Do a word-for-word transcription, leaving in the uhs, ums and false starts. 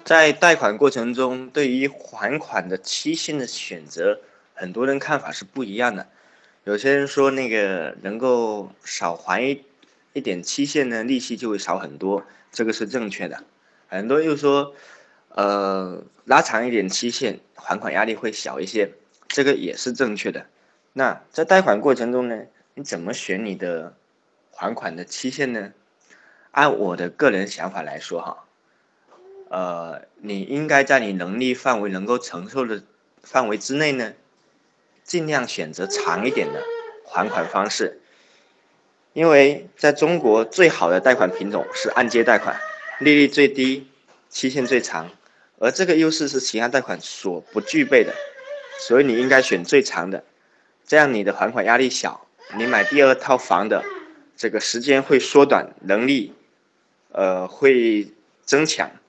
在贷款过程中，对于还款的期限的选择，很多人看法是不一样的。有些人说那个能够少还一一点期限呢，利息就会少很多，这个是正确的。很多又说，呃，拉长一点期限，还款压力会小一些，这个也是正确的。那在贷款过程中呢，你怎么选你的还款的期限呢？按我的个人想法来说，哈。呃，你应该在你能力范围能够承受的范围之内呢，尽量选择长一点的还款方式。因为在中国最好的贷款品种是按揭贷款，利率最低，期限最长，而这个优势是其他贷款所不具备的，所以你应该选最长的，这样你的还款压力小，你买第二套房的这个时间会缩短，能力呃会增强。